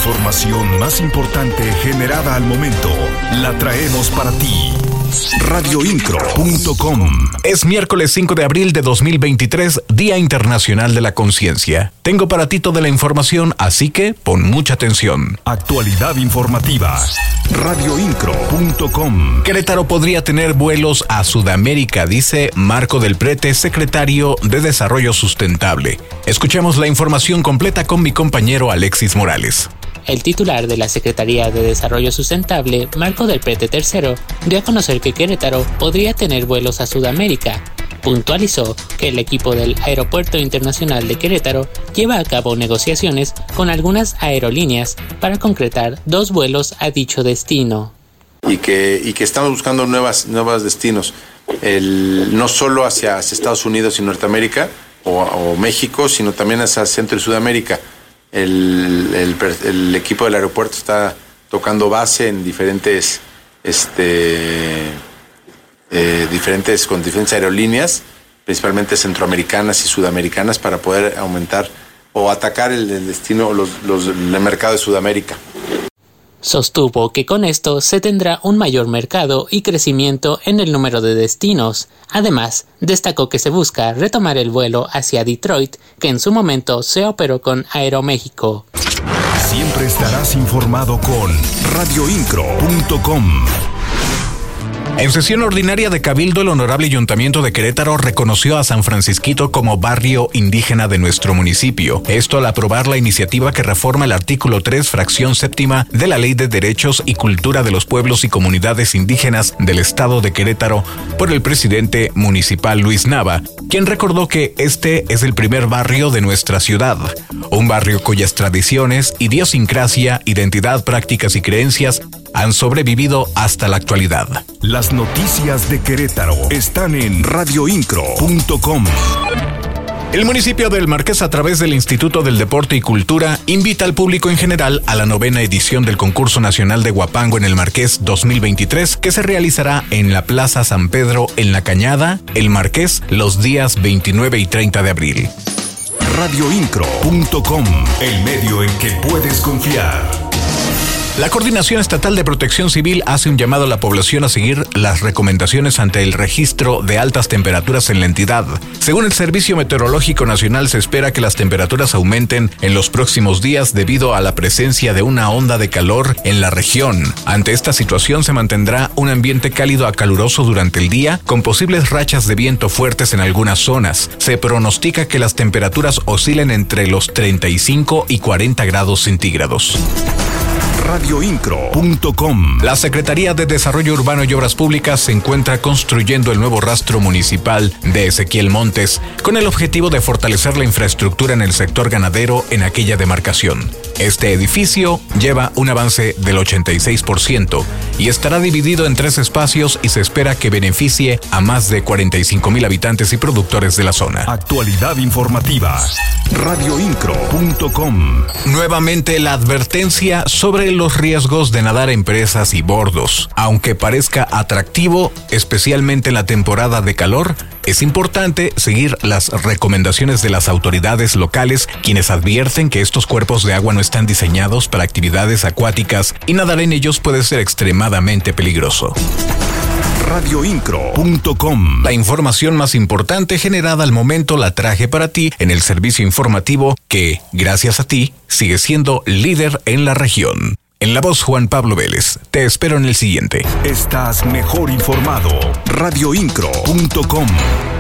información más importante generada al momento la traemos para ti. Radioincro.com. Es miércoles 5 de abril de 2023, Día Internacional de la Conciencia. Tengo para ti toda la información, así que pon mucha atención. Actualidad informativa. Radioincro.com. Querétaro podría tener vuelos a Sudamérica, dice Marco del Prete, secretario de Desarrollo Sustentable. Escuchemos la información completa con mi compañero Alexis Morales. El titular de la Secretaría de Desarrollo Sustentable, Marco del Prete III, dio a conocer que Querétaro podría tener vuelos a Sudamérica. Puntualizó que el equipo del Aeropuerto Internacional de Querétaro lleva a cabo negociaciones con algunas aerolíneas para concretar 2 vuelos a dicho destino. Y que estamos buscando nuevos destinos, no solo hacia Estados Unidos y Norteamérica o México, sino también hacia Centro y Sudamérica. El equipo del aeropuerto está tocando base en diferentes con diferentes aerolíneas, principalmente centroamericanas y sudamericanas, para poder aumentar o atacar el destino, el mercado de Sudamérica. Sostuvo que con esto se tendrá un mayor mercado y crecimiento en el número de destinos. Además, destacó que se busca retomar el vuelo hacia Detroit, que en su momento se operó con Aeroméxico. Siempre estarás informado con radioincro.com. En sesión ordinaria de Cabildo, el Honorable Ayuntamiento de Querétaro reconoció a San Francisquito como barrio indígena de nuestro municipio. Esto al aprobar la iniciativa que reforma el artículo 3, fracción 7ª de la Ley de Derechos y Cultura de los Pueblos y Comunidades Indígenas del Estado de Querétaro por el presidente municipal Luis Nava, quien recordó que este es el primer barrio de nuestra ciudad. Un barrio cuyas tradiciones, idiosincrasia, identidad, prácticas y creencias han sobrevivido hasta la actualidad. Las noticias de Querétaro están en radioincro.com. El municipio del Marqués, a través del Instituto del Deporte y Cultura, invita al público en general a la 9ª edición del Concurso Nacional de Huapango en el Marqués 2023, que se realizará en la Plaza San Pedro en La Cañada, el Marqués, los días 29 y 30 de abril. Radioincro.com, el medio en que puedes confiar. La Coordinación Estatal de Protección Civil hace un llamado a la población a seguir las recomendaciones ante el registro de altas temperaturas en la entidad. Según el Servicio Meteorológico Nacional, se espera que las temperaturas aumenten en los próximos días debido a la presencia de una onda de calor en la región. Ante esta situación se mantendrá un ambiente cálido a caluroso durante el día, con posibles rachas de viento fuertes en algunas zonas. Se pronostica que las temperaturas oscilen entre los 35 y 40 grados centígrados. Radioincro.com. La Secretaría de Desarrollo Urbano y Obras Públicas se encuentra construyendo el nuevo rastro municipal de Ezequiel Montes con el objetivo de fortalecer la infraestructura en el sector ganadero en aquella demarcación. Este edificio lleva un avance del 86% y estará dividido en 3 espacios y se espera que beneficie a más de 45,000 habitantes y productores de la zona. Actualidad informativa. Radioincro.com. Nuevamente la advertencia sobre los riesgos de nadar en presas y bordos. Aunque parezca atractivo, especialmente en la temporada de calor, es importante seguir las recomendaciones de las autoridades locales, quienes advierten que estos cuerpos de agua no están diseñados para actividades acuáticas y nadar en ellos puede ser extremadamente peligroso. Radioincro.com. La información más importante generada al momento la traje para ti en el servicio informativo que, gracias a ti, sigue siendo líder en la región. En la voz Juan Pablo Vélez. Te espero en el siguiente. Estás mejor informado. Radioincro.com.